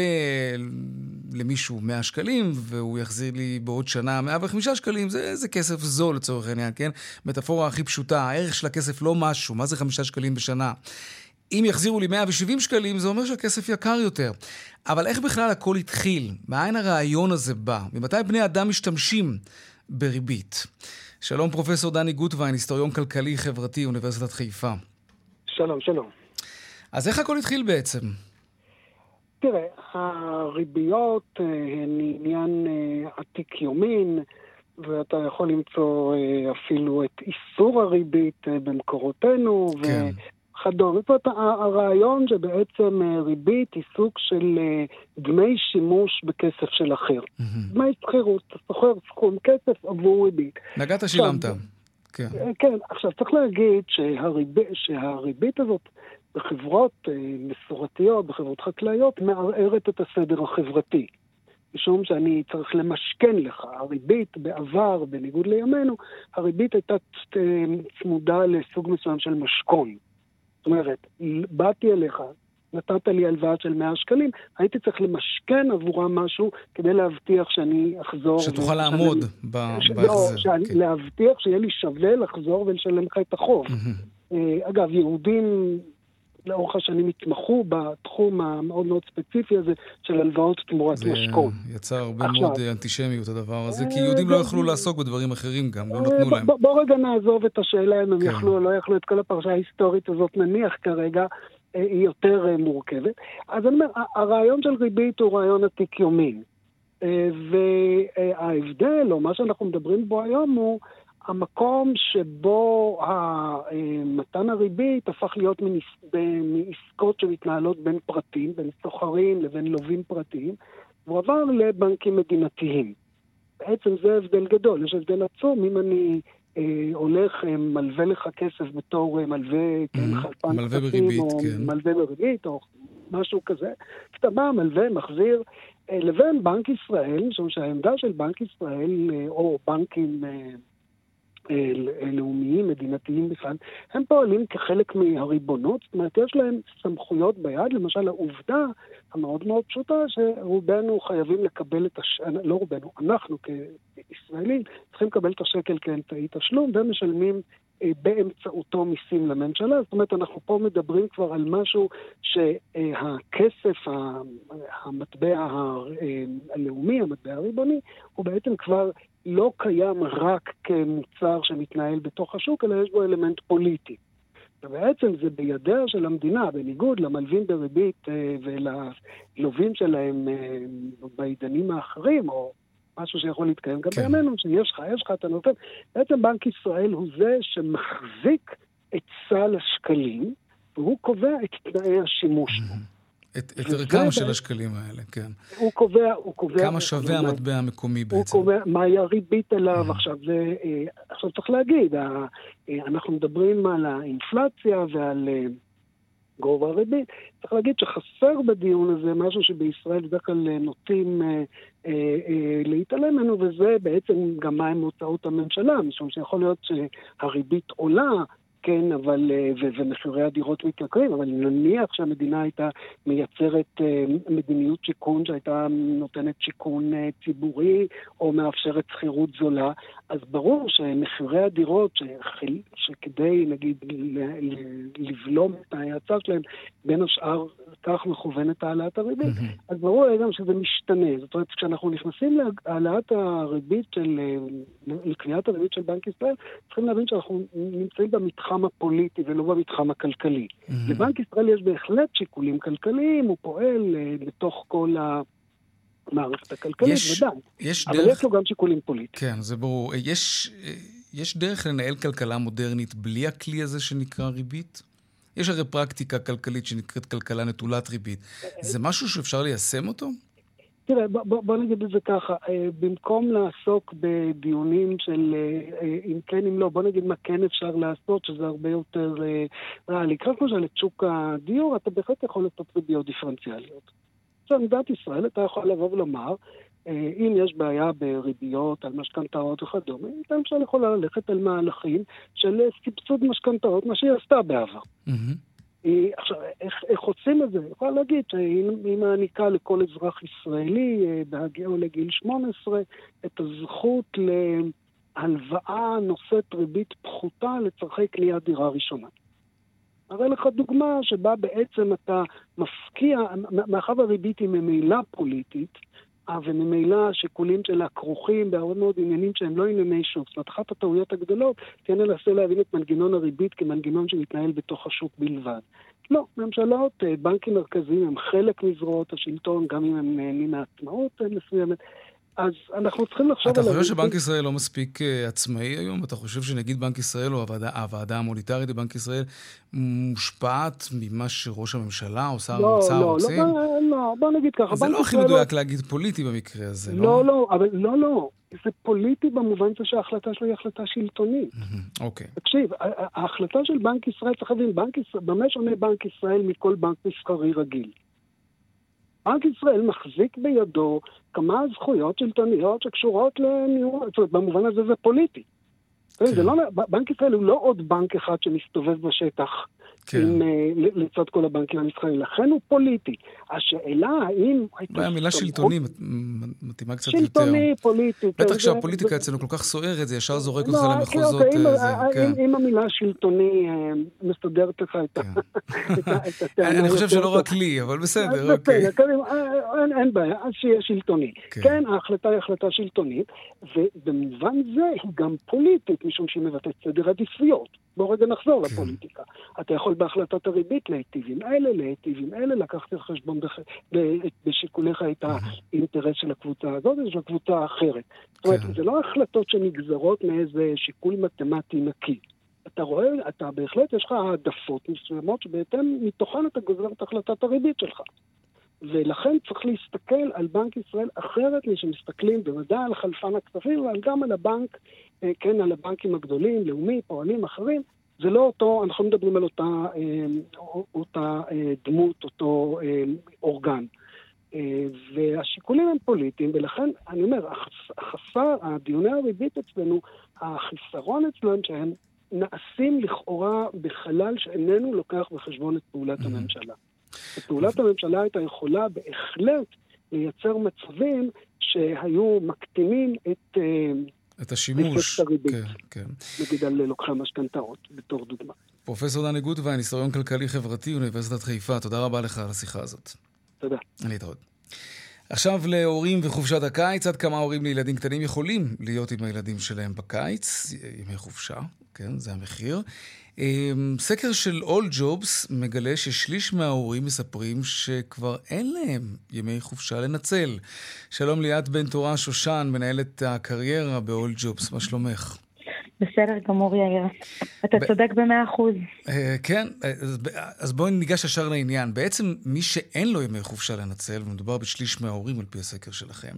למישהו 100 שקלים, והוא יחזיר לי בעוד שנה 105 שקלים, זה כסף זול לצורך העניין, כן? מטאפורה הכי פשוטה, הערך של הכסף לא משהו, מה זה 5 שקלים בשנה? אם יחזירו לי 170 שקלים, זה אומר שהכסף יקר יותר. אבל איך בכלל הכל התחיל? מאין הרעיון הזה בא? ממתי בני אדם משתמשים בריבית? שלום פרופסור דני גוטווין, היסטוריון כלכלי חברתי, אוניברסיטת חיפה. שלום, שלום. אז איך הכל התחיל בעצם? תראה, הריביות הן עניין עתיק יומין, ואתה יכול למצוא אפילו את איסור הריבית במקורותינו, כן. וכדומה. הרעיון שבעצם ריבית היא סוג של דמי שימוש בכסף של אחר. דמי שכירות, אתה שוכר סכום כסף עבור ריבית. נגעת שילמת. כן. כן, עכשיו צריך להגיד שהריבית הזאת בחברות מסורתיות, בחברות חקלאיות, מערערת את הסדר החברתי. משום שאני צריך למשכן לך. הריבית בעבר, בניגוד לימינו, הריבית הייתה צמודה לסוג מסוים של משכון. זאת אומרת, באתי אליך, נתת לי הלוואה של 100 שקלים, הייתי צריך למשכן עבורה משהו כדי להבטיח שאני אחזור. שתוכל לעמוד בהחזר. להבטיח שיהיה לי שווה לחזור ולשלם לך את החוב. אגב, יהודים לאורך השנים התמחו בתחום המאוד מאוד ספציפי הזה של הלוואות תמורת משכון. זה יצר הרבה מאוד אנטישמיות הדבר הזה, כי יהודים לא יכלו לעסוק בדברים אחרים גם, לא נתנו להם. בוא רגע נעזוב את השאלה אם הם יכלו או לא יכלו את כל הפרשה ההיסטורית הזאת נניח כרגע. היא יותר מורכבת. אז אני אומר, הרעיון של ריבית הוא רעיון עתיק יומין. וההבדל, או מה שאנחנו מדברים בו היום, הוא המקום שבו מתן הריבית הפך להיות מעסקות שמתנהלות בין פרטים, בין סוחרים לבין לווים פרטיים, והוא עבר לבנקים מדינתיים. בעצם זה הבדל גדול, יש הבדל עצום אם אני הולך, מלווה לך כסף בתור מלווה חלפן כספים, או מלווה בריבית, או משהו כזה, אתה בא, מלווה, מחזיר, לבין בנק ישראל, משום שהעמדה של בנק ישראל, או בנקים לאומיים, מדינתיים בכלל, הם פועלים כחלק מהריבונות, זאת אומרת, יש להם סמכויות ביד, למשל העובדה המאוד מאוד פשוטה, שרובנו חייבים לקבל את לא רובנו, אנחנו כישראלים, צריכים לקבל את השקל כאמצעי תשלום, והם משלמים באמצעותו מיסים לממשלה, זאת אומרת, אנחנו פה מדברים כבר על משהו שהכסף, המטבע הלאומי, המטבע הריבוני, הוא בעצם כבר לא קיים רק כמוצר שמתנהל בתוך השוק, אלא יש בו אלמנט פוליטי. ובעצם זה בידיה של המדינה, בניגוד למלווים בריבית וללווים שלהם בעידנים האחרים, או משהו שיכול להתקיים גם בימינו, שיש לך, אתה נותן. בעצם בנק ישראל הוא זה שמחזיק את סל השקלים, והוא קובע את תנאי השימוש בו. את ערכם של השקלים האלה, כן. הוא קובע... כמה שווה המטבע המקומי בעצם. הוא קובע מהי הריבית עליו. עכשיו צריך להגיד, אנחנו מדברים על האינפלציה ועל גובה הריבית. צריך להגיד שחסר בדיון הזה משהו שבישראל בדרך כלל נוטים להתעלם ממנו, וזה בעצם גם מה הם הוצאות הממשלה, משום שיכול להיות שהריבית עולה, כן, אבל, ומחירי הדירות מתייקרים, אבל נניח שהמדינה הייתה מייצרת מדיניות שיקון, שהייתה נותנת שיקון ציבורי, או מאפשרת שכירות זולה, אז ברור שמחירי הדירות, שכדי, נגיד, לבלום את ההאצה שלהם, בין השאר, כך מכוונת העלאת הריבית, אז ברור גם שזה משתנה. זאת אומרת, כשאנחנו נכנסים להעלאת הריבית לקביעת הריבית של בנק ישראל, צריכים להבין שאנחנו נמצאים במתחם הפוליטי ולא במתחם הכלכלי. לבנק ישראל יש בהחלט שיקולים כלכליים, הוא פועל בתוך כל המערכת הכלכלית, ודאי. אבל יש לו גם שיקולים פוליטיים. כן, זה ברור. יש דרך לנהל כלכלה מודרנית בלי הכלי הזה שנקרא ריבית? יש הרי פרקטיקה כלכלית שנקראת כלכלה נטולת ריבית. זה משהו שאפשר ליישם אותו? תראה, בוא נגיד את זה ככה, במקום לעסוק בדיונים של אם כן, אם לא, בוא נגיד מה כן אפשר לעשות, שזה הרבה יותר ריאלי. לקראת למשל את שוק הדיור, אתה בהחלט יכול לעשות ריביות דיפרנציאליות. עכשיו, עמדת ישראל, אתה יכול לבוא ולומר, אם יש בעיה בריביות, על משכנתאות וכדומה, אתה למשל יכול ללכת על מהלכים של סבסוד משכנתאות, מה שהיא עשתה בעבר. עכשיו, איך עושים את זה? אני יכול להגיד שהיא מעניקה לכל אזרח ישראלי, בהגיעו לגיל 18, את הזכות להלוואה נושאת ריבית פחותה לצרכי קניית דירה ראשונה. הרי לך דוגמה שבה בעצם אתה מפקיע, מאחר הריבית היא ממילא פוליטית, וממילא השיקולים שלה כרוכים בהרבה מאוד עניינים שהם לא ענייני שוק. זאת אומרת, אחת הטעויות הגדולות תהיה לנסה להבין את מנגנון הריבית כמנגנון שמתנהל בתוך השוק בלבד. לא, ממשלות, בנקים מרכזיים הם חלק מזרועות השלטון, גם אם הם נהנים מעצמאות מסוימת. אז אנחנו צריכים לחשוב אתה חושב שבנק ישראל לא מספיק עצמאי היום? אתה חושב שנגיד בנק ישראל או הוועדה המוניטרית בבנק ישראל מושפעת ממה שראש הממשלה או שר האוצר רוצים? לא, בוא נגיד ככה. זה לא הכי מדויק להגיד פוליטי במקרה הזה, לא? לא. זה פוליטי במובן זה שההחלטה שלו היא החלטה שלטונית. אוקיי. תקשיב, ההחלטה של בנק ישראל, צריך להבין, במה שונה בנק ישראל מכל בנק מסחרי רגיל? בנק ישראל מחזיק בידו כמה זכויות שלטוניות שקשורות לניהול, זאת אומרת, במובן הזה זה פוליטי. בנק ישראל הוא לא עוד בנק אחד שמסתובב בשטח לצד כל הבנקים המסחריים, לכן הוא פוליטי. השאלה האם... המילה שלטוני מתאימה קצת יותר. שלטוני, פוליטי. בטח שהפוליטיקה אצלנו כל כך סוערת, זה ישר זורק אותך למחוזות. אם המילה שלטוני מסתדרת לך את הטענה. אני חושב שלא רק לי, אבל בסדר, אוקיי. אין בעיה, אז שיהיה שלטוני. כן, ההחלטה היא החלטה שלטונית, ובמובן זה היא גם פוליטית, ריבית משום שהיא מבטאת סדר עדיפויות. בואו רגע נחזור לפוליטיקה. אתה יכול בהחלטת הריבית להיטיב עם אלה, לקחת לחשבון בשיקוליך את האינטרס של הקבוצה הזאת ושל הקבוצה האחרת. זאת אומרת, זה לא החלטות שנגזרות מאיזה שיקול מתמטי נקי. אתה רואה, אתה בהחלט יש לך העדפות מסוימות שבהתאם מתוכן אתה גוזר את החלטת הריבית שלך. ולכן צריך להסתכל על בנק ישראל אחרת משמסתכלים בוודאי על חלפן הכספים, אבל גם על הבנק, כן, על הבנקים הגדולים, לאומי, פועלים אחרים. זה לא אותו, אנחנו מדברים על אותה דמות, אותו אורגן. והשיקולים הם פוליטיים, ולכן אני אומר, הדיוני הריבית אצלנו, החיסרון אצלנו שהם נעשים לכאורה בחלל שאיננו לוקח בחשבון את פעולת הממשלה. פעולת הממשלה הייתה יכולה בהחלט לייצר מצבים שהיו מקטינים את השימוש. כן. נגיד על לוקחי משכנתאות, בתור דוגמה. פרופסור דני גוטווין, היסטוריון כלכלי חברתי, אוניברסיטת חיפה, תודה רבה לך על השיחה הזאת. תודה. להתראות. עכשיו להורים וחופשת הקיץ, עד כמה הורים לילדים קטנים יכולים להיות עם הילדים שלהם בקיץ, ימי חופשה, כן, זה המחיר. סקר של All Jobs מגלה ששליש מההורים מספרים שכבר אין להם ימי חופשה לנצל. שלום ליאת בן תורה שושן, מנהלת הקריירה ב-All Jobs, מה שלומך? בסדר גמור יאיר, אתה צודק ב100%. כן, אז בואי ניגש ישר לעניין. בעצם מי שאין לו ימי חופשה לנצל, ומדובר בשליש מההורים על פי הסקר שלכם,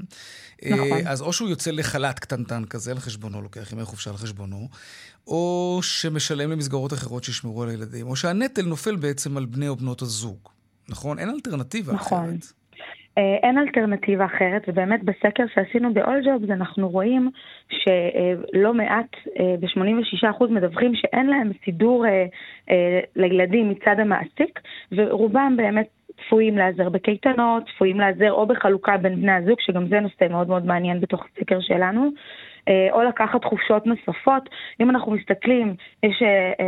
אז או שהוא יוצא לחל"ת קטנטן כזה על חשבונו, לוקח ימי חופשה על חשבונו, או שמשלם למסגרות אחרות שישמרו על הילדים, או שהנטל נופל בעצם על בני או בנות הזוג. נכון? אין אלטרנטיבה אחרת. אין אלטרנטיבה אחרת, ובאמת בסקר שעשינו ב-All Jobs אנחנו רואים שלא מעט, ב-86% מדווחים שאין להם סידור לילדים מצד המעסיק, ורובם באמת צפויים לעזר בקייטנות, צפויים לעזר או בחלוקה בין בני הזוג, שגם זה נושא מאוד מאוד מעניין בתוך הסקר שלנו, או לקחת חופשות נוספות. אם אנחנו מסתכלים, יש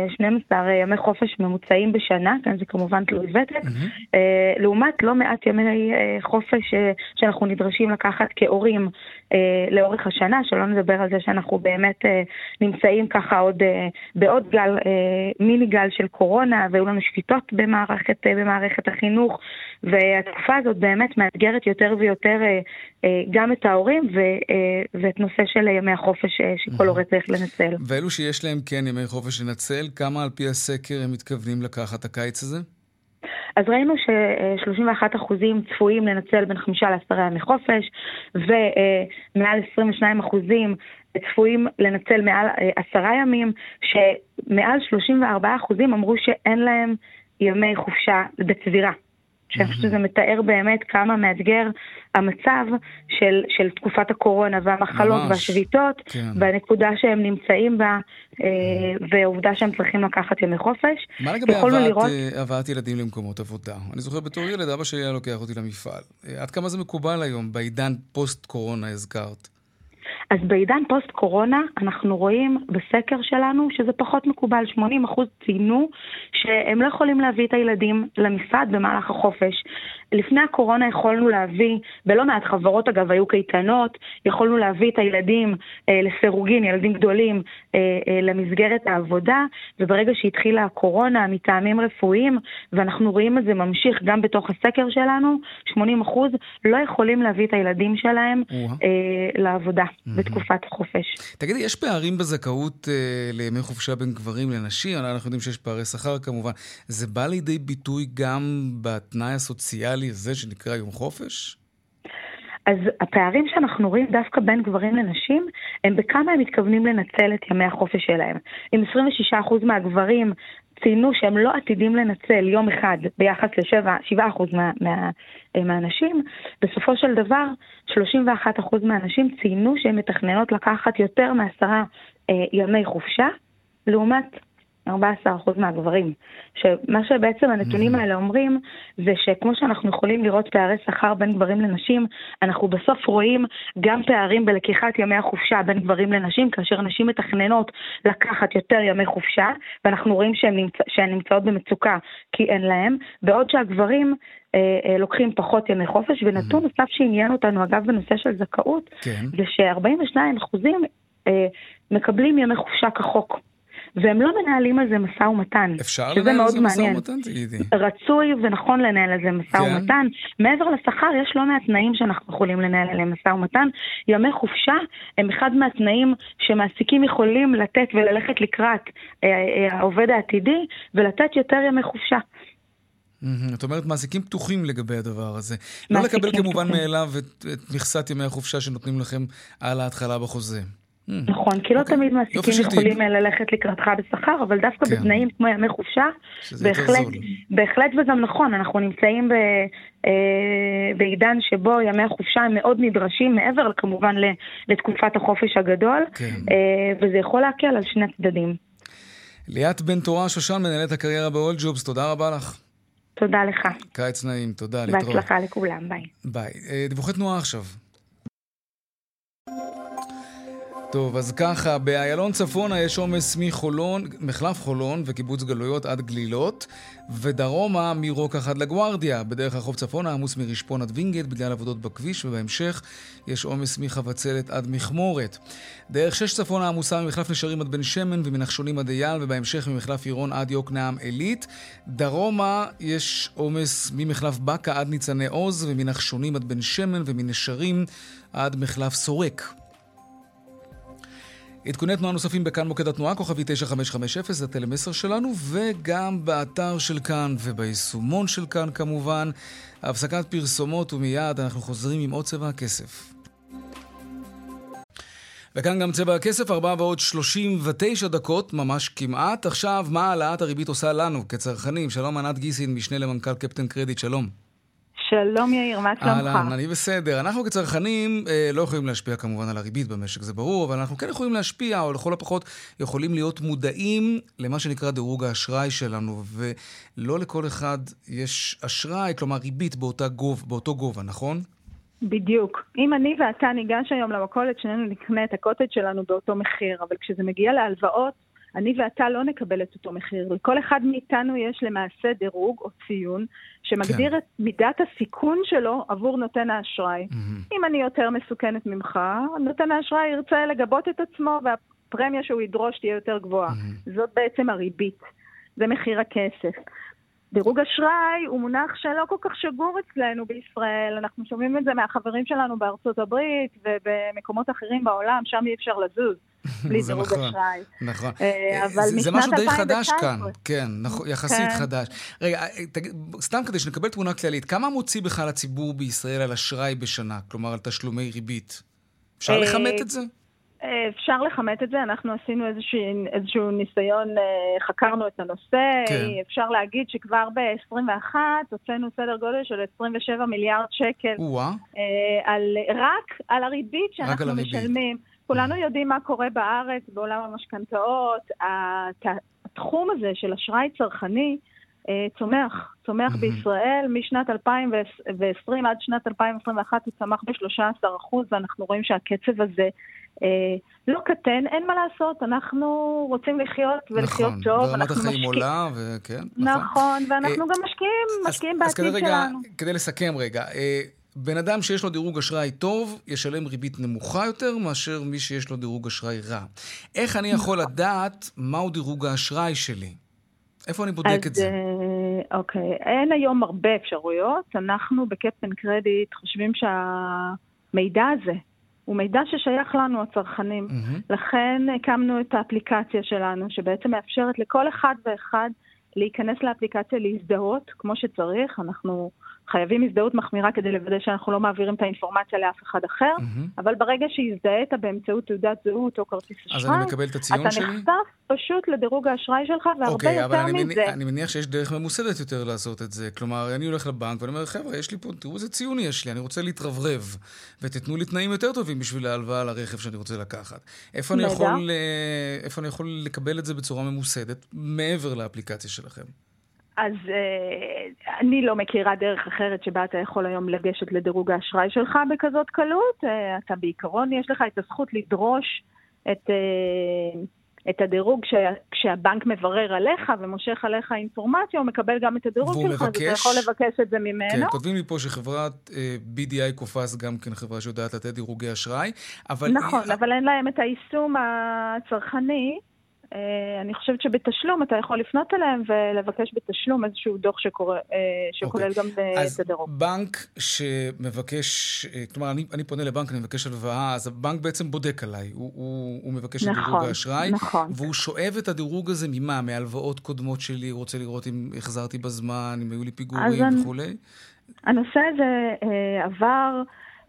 12 ימי חופש ממוצעים בשנה, כאן זה כמובן תלוי ותק, לעומת לא מעט ימי חופש שאנחנו נדרשים לקחת כהורים לאורך השנה, שלא נדבר על זה שאנחנו באמת נמצאים ככה בעוד גל, מיני גל של קורונה, והיו לנו שביתות במערכת החינוך, והתקופה הזאת באמת מאתגרת יותר ויותר גם את ההורים ואת נושא של ימי החופש שכל הורה צריך לנצל. ואלו שיש להם כן ימי חופש לנצל, כמה על פי הסקר הם מתכוונים לקחת הקיץ הזה? אז ראינו ש31% צפויים לנצל בין 5 ל10 ימי חופש, ומעל 22% צפויים לנצל מעל 10 ימים, שמעל 34% אמרו שאין להם ימי חופשה בצבירה. שאני חושבת שזה מתאר באמת כמה מאתגר המצב של תקופת הקורונה והמחלות והשביתות, והנקודה שהם נמצאים בה, והעובדה שהם צריכים לקחת ימי חופש. מה לגבי הבאת ילדים למקומות עבודה? אני זוכר בתור ילד, אבא שלי היה לוקח אותי למפעל. עד כמה זה מקובל היום, בעידן פוסט-קורונה הזכרת? אז בעידן פוסט-קורונה אנחנו רואים בסקר שלנו שזה פחות מקובל. 80% ציינו שהם לא יכולים להביא את הילדים למשרד במהלך החופש. לפני הקורונה יכולנו להביא, בלא מעט חברות אגב היו קייטנות, יכולנו להביא את הילדים לסירוגין, ילדים גדולים, למסגרת העבודה, וברגע שהתחילה הקורונה, מטעמים רפואיים, ואנחנו רואים את זה ממשיך גם בתוך הסקר שלנו, 80% לא יכולים להביא את הילדים שלהם לעבודה בתקופת החופש. תגידי, יש פערים בזכאות לימי חופשה בין גברים לנשים? אנחנו יודעים שיש פערי שכר כמובן. זה בא לידי ביטוי גם בתנאי הסוציאלי הזה שנקרא יום חופש? אז הפערים שאנחנו רואים דווקא בין גברים לנשים, הם בכמה הם מתכוונים לנצל את ימי החופש שלהם. אם 26% מהגברים ציינו שהם לא עתידים לנצל יום אחד ביחס ל7% מהאנשים, בסופו של דבר 31% מהאנשים ציינו שהם מתכננות לקחת יותר מ10 ימי חופשה, לעומת 14% מהגברים. שמה שבעצם הנתונים האלה אומרים, זה שכמו שאנחנו יכולים לראות פערי שכר בין גברים לנשים, אנחנו בסוף רואים גם פערים בלקיחת ימי החופשה בין גברים לנשים, כאשר נשים מתכננות לקחת יותר ימי חופשה, ואנחנו רואים שהן נמצאות במצוקה כי אין להם, בעוד שהגברים לוקחים פחות ימי חופש, ונתון נוסף שעניין אותנו אגב בנושא של זכאות, זה ש42% מקבלים ימי חופשה כחוק. והם לא מנהלים על זה משא ומתן. אפשר לנהל על זה משא ומתן? תגידי. רצוי ונכון לנהל על זה משא ומתן. מעבר לשכר, יש לא מעט תנאים שאנחנו יכולים לנהל עליהם משא ומתן. ימי חופשה הם אחד מהתנאים שמעסיקים יכולים לתת וללכת לקראת העובד העתידי, ולתת יותר ימי חופשה. את אומרת, מעסיקים פתוחים לגבי הדבר הזה. לא לקבל כמובן מאליו את מכסת ימי החופשה שנותנים לכם על ההתחלה בחוזה. נכון, כי לא תמיד מעסיקים יכולים ללכת לקראתך בשכר, אבל דווקא בתנאים כמו ימי חופשה, בהחלט וגם נכון, אנחנו נמצאים בעידן שבו ימי החופשה הם מאוד נדרשים, מעבר כמובן לתקופת החופש הגדול, וזה יכול להקל על שני צדדים. ליאת בן תורה שושן, מנהלת הקריירה ב-All Jobs, תודה רבה לך. תודה לך. קיץ נעים, תודה, להתראות. בהצלחה לכולם, ביי. ביי. דיווחי תנועה עכשיו. טוב, אז ככה, באיילון צפונה יש עומס מחלף חולון וקיבוץ גלויות עד גלילות, ודרומה מרוקח עד לגוארדיה. בדרך החוף צפונה עמוס מרשפון עד וינגייט בגלל עבודות בכביש, ובהמשך יש עומס מחבצלת עד מכמורת. דרך 6 צפונה עמוסה ממחלף נשרים עד בן שמן ומנחשונים עד אייל, ובהמשך ממחלף עירון עד יוקנעם עילית. דרומה יש עומס ממחלף בקה עד ניצני עוז, ומנחשונים עד בן שמן ומנשרים עד מחלף סורק. עדכוני תנועה נוספים בכאן מוקד התנועה, כוכבי 9550, זה הטלמסר שלנו, וגם באתר של כאן וביישומון של כאן כמובן. הפסקת פרסומות ומיד אנחנו חוזרים עם עוד צבע הכסף. וכאן גם צבע הכסף, 4:39, ממש כמעט. עכשיו, מה העלאת הריבית עושה לנו כצרכנים? שלום ענת גיסין, משנה למנכ"ל קפטן קרדיט, שלום. שלום יאיר, מה שלומך? אהלן, אני בסדר. אנחנו כצרכנים לא יכולים להשפיע כמובן על הריבית במשק, זה ברור, אבל אנחנו כן יכולים להשפיע, או לכל הפחות יכולים להיות מודעים למה שנקרא דירוג האשראי שלנו, ולא לכל אחד יש אשראי, כלומר ריבית באותו גובה, נכון? בדיוק. אם אני ואתה ניגש היום למכולת, שנינו נקנה את הקוטג' שלנו באותו מחיר, אבל כשזה מגיע להלוואות, אני ואתה לא נקבל את אותו מחיר. לכל אחד מאיתנו יש למעשה דירוג או ציון שמגדיר את מידת הסיכון שלו עבור נותן האשראי. אם אני יותר מסוכנת ממך, נותן האשראי ירצה לגבות את עצמו והפרמיה שהוא ידרוש תהיה יותר גבוהה. זאת בעצם הריבית. זה מחיר הכסף. דירוג אשראי הוא מונח שלא כל כך שגור אצלנו בישראל. אנחנו שומעים את זה מהחברים שלנו בארצות הברית ובמקומות אחרים בעולם, שם אי אפשר לזוז. בלי דירוג אשראי. נכון. זה משהו די חדש כאן. כן, יחסית חדש. רגע, סתם כדי שנקבל תמונה כללית, כמה מוציא בכלל הציבור בישראל על אשראי בשנה? כלומר, על תשלומי ריבית? אפשר לכמת את זה? אפשר לכמת את זה. אנחנו עשינו איזשהו ניסיון, חקרנו את הנושא. אפשר להגיד שכבר ב-21 הוצאנו סדר גודל של 27 מיליארד שקל. רק על הריבית שאנחנו משלמים. כולנו יודעים מה קורה בארץ, בעולם המשכנתאות. התחום הזה של אשראי צרכני צומח בישראל משנת 2020 עד שנת 2021 הוא צמח ב-13%, ואנחנו רואים שהקצב הזה לא קטן, אין מה לעשות, אנחנו רוצים לחיות ולחיות טוב. נכון, ורמת החיים עולה, וכן. נכון, ואנחנו גם משקיעים בעתיד שלנו. כדי לסכם רגע, בן אדם שיש לו דירוג אשראי טוב, ישלם ריבית נמוכה יותר מאשר מי שיש לו דירוג אשראי רע. איך אני יכול לדעת מהו דירוג האשראי שלי? איפה אני בודק את זה? אוקיי, אין היום הרבה אפשרויות. אנחנו בקפטן קרדיט חושבים שהמידע הזה הוא מידע ששייך לנו הצרכנים. לכן הקמנו את האפליקציה שלנו, שבעצם מאפשרת לכל אחד ואחד להיכנס לאפליקציה, להזדהות כמו שצריך. אנחנו חייבים הזדהות מחמירה כדי לוודא שאנחנו לא מעבירים את האינפורמציה לאף אחד אחר, אבל ברגע שהזדהית באמצעות תעודת זהות או כרטיס אשראי, אז אני מקבל את הציון שלי? אתה נחשף פשוט לדירוג האשראי שלך, והרבה יותר מזה. אני מניח שיש דרך ממוסדת יותר לעשות את זה. כלומר, אני הולך לבנק ואני אומר, חבר'ה, יש לי פה, תראו איזה ציון יש לי, אני רוצה להתרברב, ותתנו לי תנאים יותר טובים בשביל ההלוואה על הרכב שאני רוצה לקחת. איפה אני יכול לקבל את זה בצורה ממוסדת, מעבר לאפליקציה שלכם? אז אני לא מכירה דרך אחרת שבה אתה יכול היום לגשת לדירוג האשראי שלך בכזאת קלות. אתה בעיקרון יש לך את הזכות לדרוש את הדירוג כשהבנק מברר עליך ומושך עליך אינפורמציה, הוא מקבל גם את הדירוג שלך, אז אתה יכול לבקש את זה ממנו. כן, כותבים לי פה שחברת BDI קופס גם כן חברה שיודעת לתת דירוגי אשראי, אבל... נכון, אבל אין להם את היישום הצרכני. אני חושבת שבתשלום אתה יכול לפנות אליהם ולבקש בתשלום איזשהו דוח שכולל גם את הדירוג. אז בנק שמבקש, כלומר אני פונה לבנק, אני מבקש הלוואה, אז הבנק בעצם בודק עליי, הוא מבקש את דירוג האשראי, והוא שואב את הדירוג הזה ממה? מהלוואות קודמות שלי, הוא רוצה לראות אם החזרתי בזמן, אם היו לי פיגורים וכו'. הנושא הזה עבר...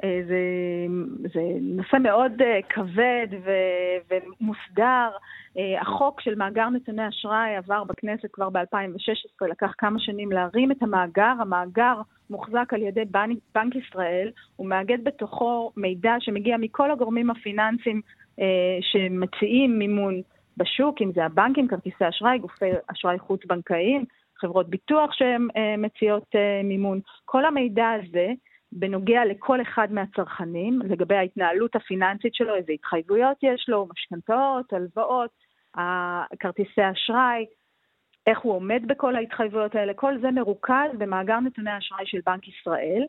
זה נושא מאוד כבד ומוסדר. החוק של מאגר נתוני אשראי עבר בכנסת כבר ב-2016, לקח כמה שנים להרים את המאגר. המאגר מוחזק על ידי בנק ישראל, הוא מאגד בתוכו מידע שמגיע מכל הגורמים הפיננסיים שמציעים מימון בשוק, אם זה הבנקים, כרטיסי אשראי, גופי אשראי חוץ בנקאיים, חברות ביטוח שהן מציעות מימון. כל המידע הזה בנוגע לכל אחד מהצרכנים, לגבי ההתנהלות הפיננסית שלו, איזה התחייבויות יש לו, משכנתאות, הלוואות, כרטיסי אשראי, איך הוא עומד בכל ההתחייבויות האלה, כל זה מרוכז במאגר נתוני האשראי של בנק ישראל,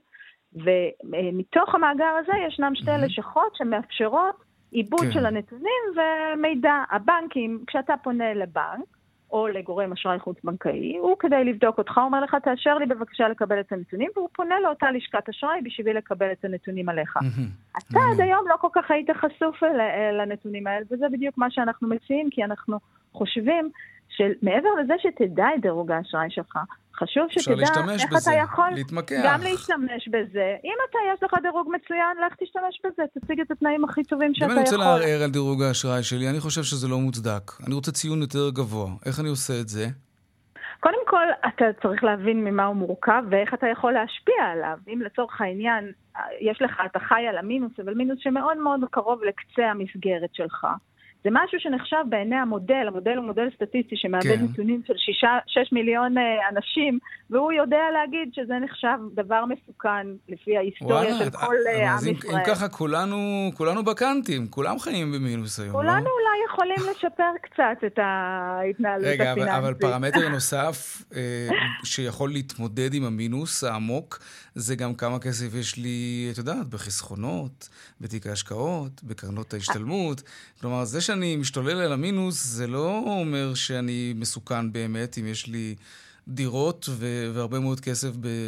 ומתוך המאגר הזה ישנם שתי לשכות שמאפשרות עיבוד של הנתונים ומידע. הבנקים, כשאתה פונה לבנק, או לגורם אשראי חוץ בנקאי, הוא כדי לבדוק אותך, הוא אומר לך, תאשר לי בבקשה לקבל את הנתונים, והוא פונה לאותה לשכת אשראי בשביל לקבל את הנתונים עליך. אתה עד היום לא כל כך היית חשוף לנתונים האלה, וזה בדיוק מה שאנחנו מציעים, כי אנחנו חושבים שמעבר לזה שתדע את דירוג האשראי שלך, חשוב שתדע איך אתה יכול גם להשתמש בזה. אם אתה יש לך דירוג מצוין, לך תשתמש בזה, תציג את התנאים הכי טובים שאתה יכול. אם אני רוצה לערער על דירוג האשראי שלי, אני חושב שזה לא מוצדק. אני רוצה ציון יותר גבוה. איך אני עושה את זה? קודם כל, אתה צריך להבין ממה הוא מורכב ואיך אתה יכול להשפיע עליו. אם לצורך העניין, יש לך, אתה חי על המינוס, אבל מינוס שמאוד מאוד קרוב לקצה המסגרת שלך. זה משהו שנחשב בעיני המודל. המודל הוא מודל סטטיסטי שמאבד נתונים של 6 מיליון אנשים, והוא יודע להגיד שזה נחשב דבר מסוכן לפי ההיסטוריה של כל עם ישראל. אם ככה כולנו בקנטים, כולם חיים במינוס היום. כולנו אולי יכולים לשפר קצת את ההתנהלות הפיננסית. רגע, אבל פרמטר נוסף שיכול להתמודד עם המינוס העמוק, זה גם כמה כסף יש לי, את יודעת, בחסכונות, בתיק ההשקעות, בקרנות ההשתלמות. כלומר, זה שאני משתולל על המינוס, זה לא אומר שאני מסוכן באמת, אם יש לי דירות והרבה מאוד כסף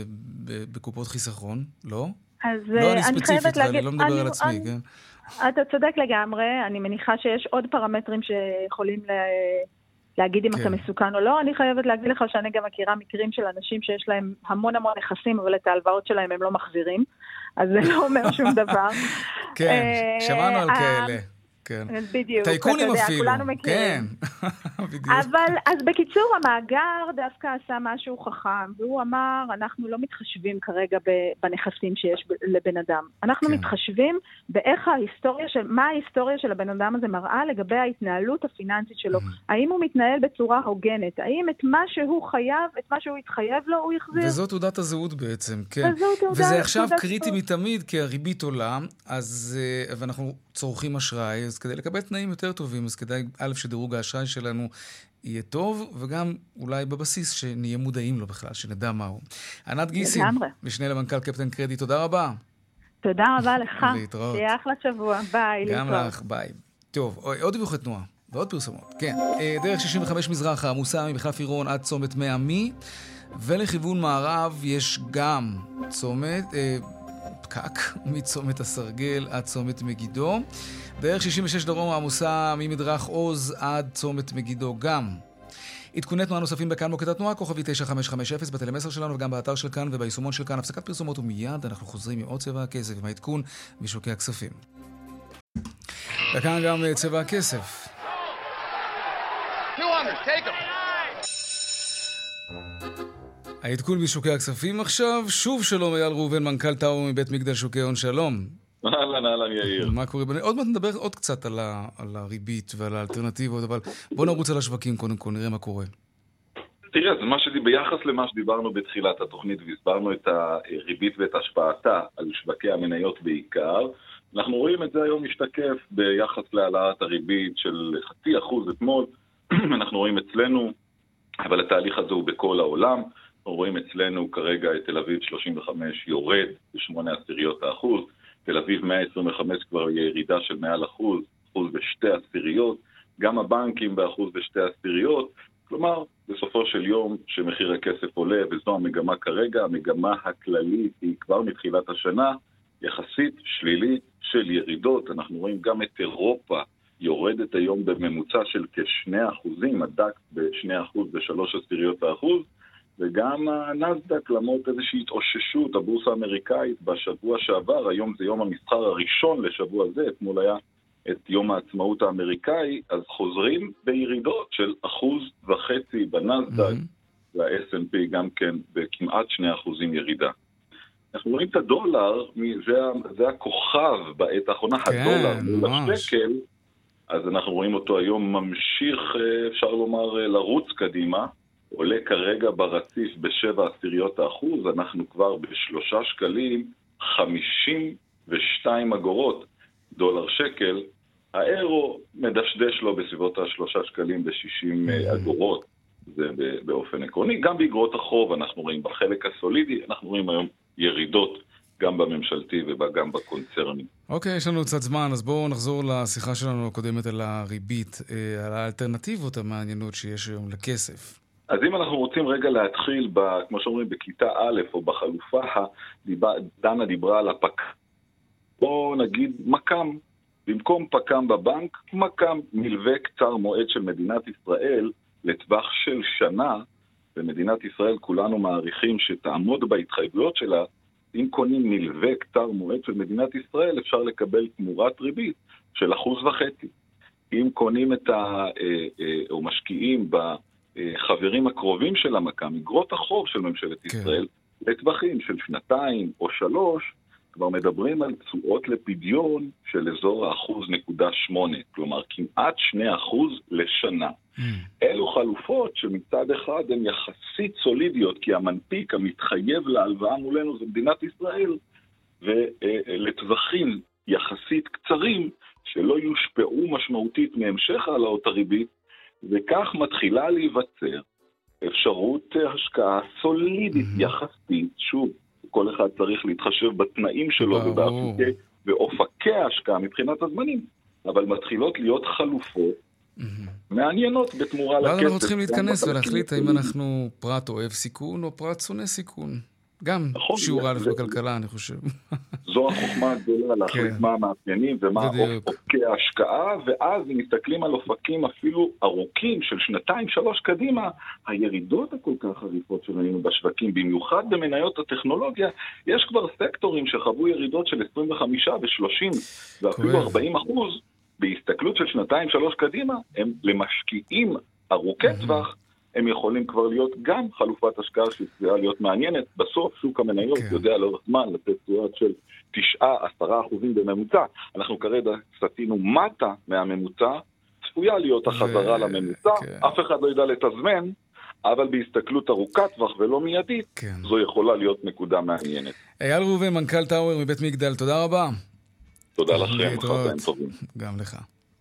בקופות חיסכון, לא? לא אני ספציפית, אני לא מדבר על עצמי, כן? אתה צודק לגמרי, אני מניחה שיש עוד פרמטרים שיכולים להגיד אם אתה מסוכן או לא. אני חייבת להגיד לך שאני גם מכירה מקרים של אנשים שיש להם המון נכסים, אבל את ההלוואות שלהם הם לא מחזירים, אז זה לא אומר שום דבר. כן, שמענו על כאלה. כן. בדיוק. טייקונים אפילו. כולנו מכירים. כן. אבל, אז בקיצור, המאגר דווקא עשה משהו חכם, והוא אמר, אנחנו לא מתחשבים כרגע בנכסים שיש לבן אדם. אנחנו מתחשבים באיך מה ההיסטוריה של הבן אדם הזה מראה לגבי ההתנהלות הפיננסית שלו. האם הוא מתנהל בצורה הוגנת? האם את מה שהוא חייב, את מה שהוא התחייב לו, הוא יחזיר? וזאת תעודת הזהות בעצם, כן. וזה עכשיו קריטי מתמיד, כי הריבית עולה, ואנחנו צורכים אשראי, אז כדי לקבל תנאים יותר טובים, אז כדאי, שדירוג האשראי שלנו יהיה טוב, וגם אולי בבסיס שנהיה מודעים לו בכלל, שנדע מהו. ענת גיסין, משנה למנכ"ל קפטן קרדיט, תודה רבה. תודה רבה לך. להתראות. תהיה אחלה שבוע. ביי. גם לך, ביי. טוב, עוד דיווחי תנועה, ועוד פרסומות. כן, דרך 65 מזרחה, עמוסה ממחלף עירון עד צומת 100 מי, ולכיוון מערב יש גם צומת... פקק מצומת הסרגל עד צומת מגידו. דרך 66 דרום העמוסה ממדרך עוז עד צומת מגידו גם. עדכוני תנועה נוספים בכאן מוקד התנועה, כוכבי 9550 בטלמסר שלנו וגם באתר של כאן וביישומון של כאן. הפסקת פרסומות ומיד אנחנו חוזרים עם עוד צבע הכסף, עם העדכון משוקי הכספים. וכאן גם צבע הכסף. 200, take them. העדכון בשוקי הכספים עכשיו, שוב שלום אייל ראובן, מנכ"ל טאו מבית מגדל שוקי הון, שלום. אהלן יאיר. מה קורה? עוד מעט נדבר עוד קצת על הריבית ועל האלטרנטיבות, אבל בוא נרוץ על השווקים קודם כל, נראה מה קורה. תראה, זה ביחס למה שדיברנו בתחילת התוכנית, והסברנו את הריבית ואת השפעתה על שווקי המניות בעיקר, אנחנו רואים את זה היום משתקף ביחס להעלאת הריבית של 0.5% אתמול, אנחנו רואים אצלנו, אבל התהליך הזה הוא בכל העולם, אנחנו רואים אצלנו כרגע את תל אביב 35 יורד ב0.8%, תל אביב 125 כבר ירידה של מעל 1%, 1.2%, גם הבנקים ב1.2%, כלומר, בסופו של יום שמחיר הכסף עולה, וזו המגמה כרגע, המגמה הכללית היא כבר מתחילת השנה, יחסית שלילית של ירידות. אנחנו רואים גם את אירופה יורדת היום בממוצע של כ2%, הדק ב2% ב3%, וגם הנסדק למרות איזושהי התאוששות, הבורסה האמריקאית בשבוע שעבר, היום זה יום המסחר הראשון לשבוע זה, אתמול היה את יום העצמאות האמריקאי, אז חוזרים בירידות של 1.5% בנסדק, וה-S&P גם כן בכמעט 2% ירידה. אנחנו רואים את הדולר, זה הכוכב בעת האחרונה, הדולר מול השקל, אז אנחנו רואים אותו היום ממשיך, אפשר לומר, לרוץ קדימה, עולה כרגע ברציף ב7%, אנחנו כבר ב3 שקלים 52 אגורות דולר שקל, האירו מדשדש לו בסביבות 3 שקלים ב60 אגורות, זה באופן עקרוני, גם באגרות החוב אנחנו רואים בחלק הסולידי, אנחנו רואים היום ירידות גם בממשלתי וגם בקונצרני. אוקיי, יש לנו קצת זמן, אז בואו נחזור לשיחה שלנו הקודמת על הריבית, על האלטרנטיבות המעניינות שיש היום לכסף. אז אם אנחנו רוצים רגע להתחיל, כמו שאומרים, בכיתה א' או בחלופה, דנה דיברה על הפקם. בואו נגיד מקם. במקום פקם בבנק, מקם מלווה קצר מועד של מדינת ישראל לטווח של שנה, ומדינת ישראל כולנו מעריכים שתעמוד בהתחייבויות שלה, אם קונים מלווה קצר מועד של מדינת ישראל, אפשר לקבל תמורת ריבית של 1.5%. אם קונים או משקיעים בחברים הקרובים של המקם, אגרות החוב של ממשלת ישראל, לטווחים של 2 או 3, כבר מדברים על תשואות לפדיון של אזור 1.8%, כלומר כמעט 2% לשנה. אלו חלופות שמצד אחד הן יחסית סולידיות, כי המנפיק המתחייב להלוואה מולנו זה מדינת ישראל, ולטווחים יחסית קצרים שלא יושפעו משמעותית מהמשך העלאות הריבית, וכך מתחילה להיווצר אפשרות השקעה סולידית יחסית, שוב, כל אחד צריך להתחשב בתנאים שלו ובאופקי ההשקעה מבחינת הזמנים, אבל מתחילות להיות חלופות מעניינות בתמורה לכסף. אנחנו צריכים להתכנס ולהחליט האם אנחנו פרט אוהב סיכון או פרט שונא סיכון. גם שיעור א' בכלכלה, אני חושב. זו החוכמה הגדולה, להחליט מה המאפיינים ומה אופקי ההשקעה, ואז אם מסתכלים על אופקים אפילו ארוכים של 2-3 קדימה, הירידות הכל כך חריפות שלנו בשווקים, במיוחד במניות הטכנולוגיה, יש כבר סקטורים שחוו ירידות של 25 ו-30 ואפילו 40%, בהסתכלות של 2-3 קדימה, הם למשקיעים ארוכי טווח, הם יכולים כבר להיות גם חלופת השקעה שצריכה להיות מעניינת. בסוף שוק המניות יודע לאורך זמן לתת תשואות של 9-10% בממוצע. אנחנו כרגע סטינו מטה מהממוצע, צפויה להיות החזרה לממוצע, אף אחד לא ידע לתזמן, אבל בהסתכלות ארוכת טווח ולא מיידית, זו יכולה להיות נקודה מעניינת. אייל ראובן, מנכ"ל טאואר מבית מגדל, תודה רבה. תודה לכם, חיים טובים. גם לך.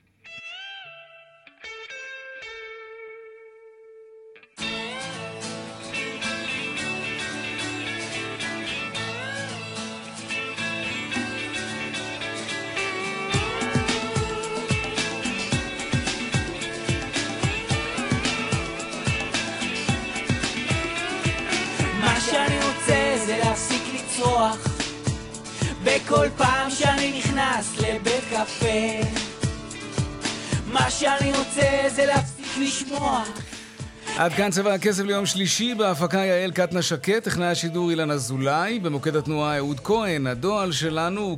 בכל פעם שאני נכנס לבית קפה, מה שאני רוצה זה להפסיק לשמוע. עד כאן צבע הכסף ליום שלישי, בהפקה יעל קטנה שקט, טכנאי השידור אילן אזולאי, במוקד התנועה אהוד כהן. הדואל שלנו הוא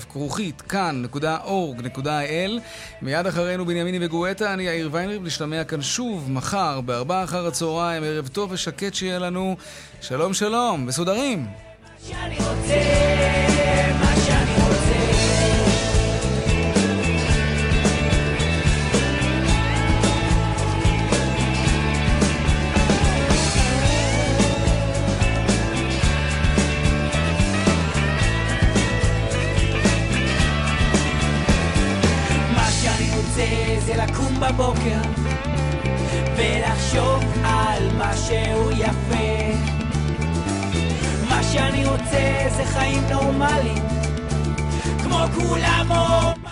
כסף@כאן.org.il. מיד אחרינו בנימיני וגואטה, אני יאיר ויינריב, נשתמע כאן שוב מחר ב4 אחר הצהריים. ערב טוב ושקט שיהיה לנו. שלום שלום, מסודרים. שאני רוצה לקום בבוקר ולחשוב על משהו יפה. מה שאני רוצה זה חיים נורמליים כמו כולם או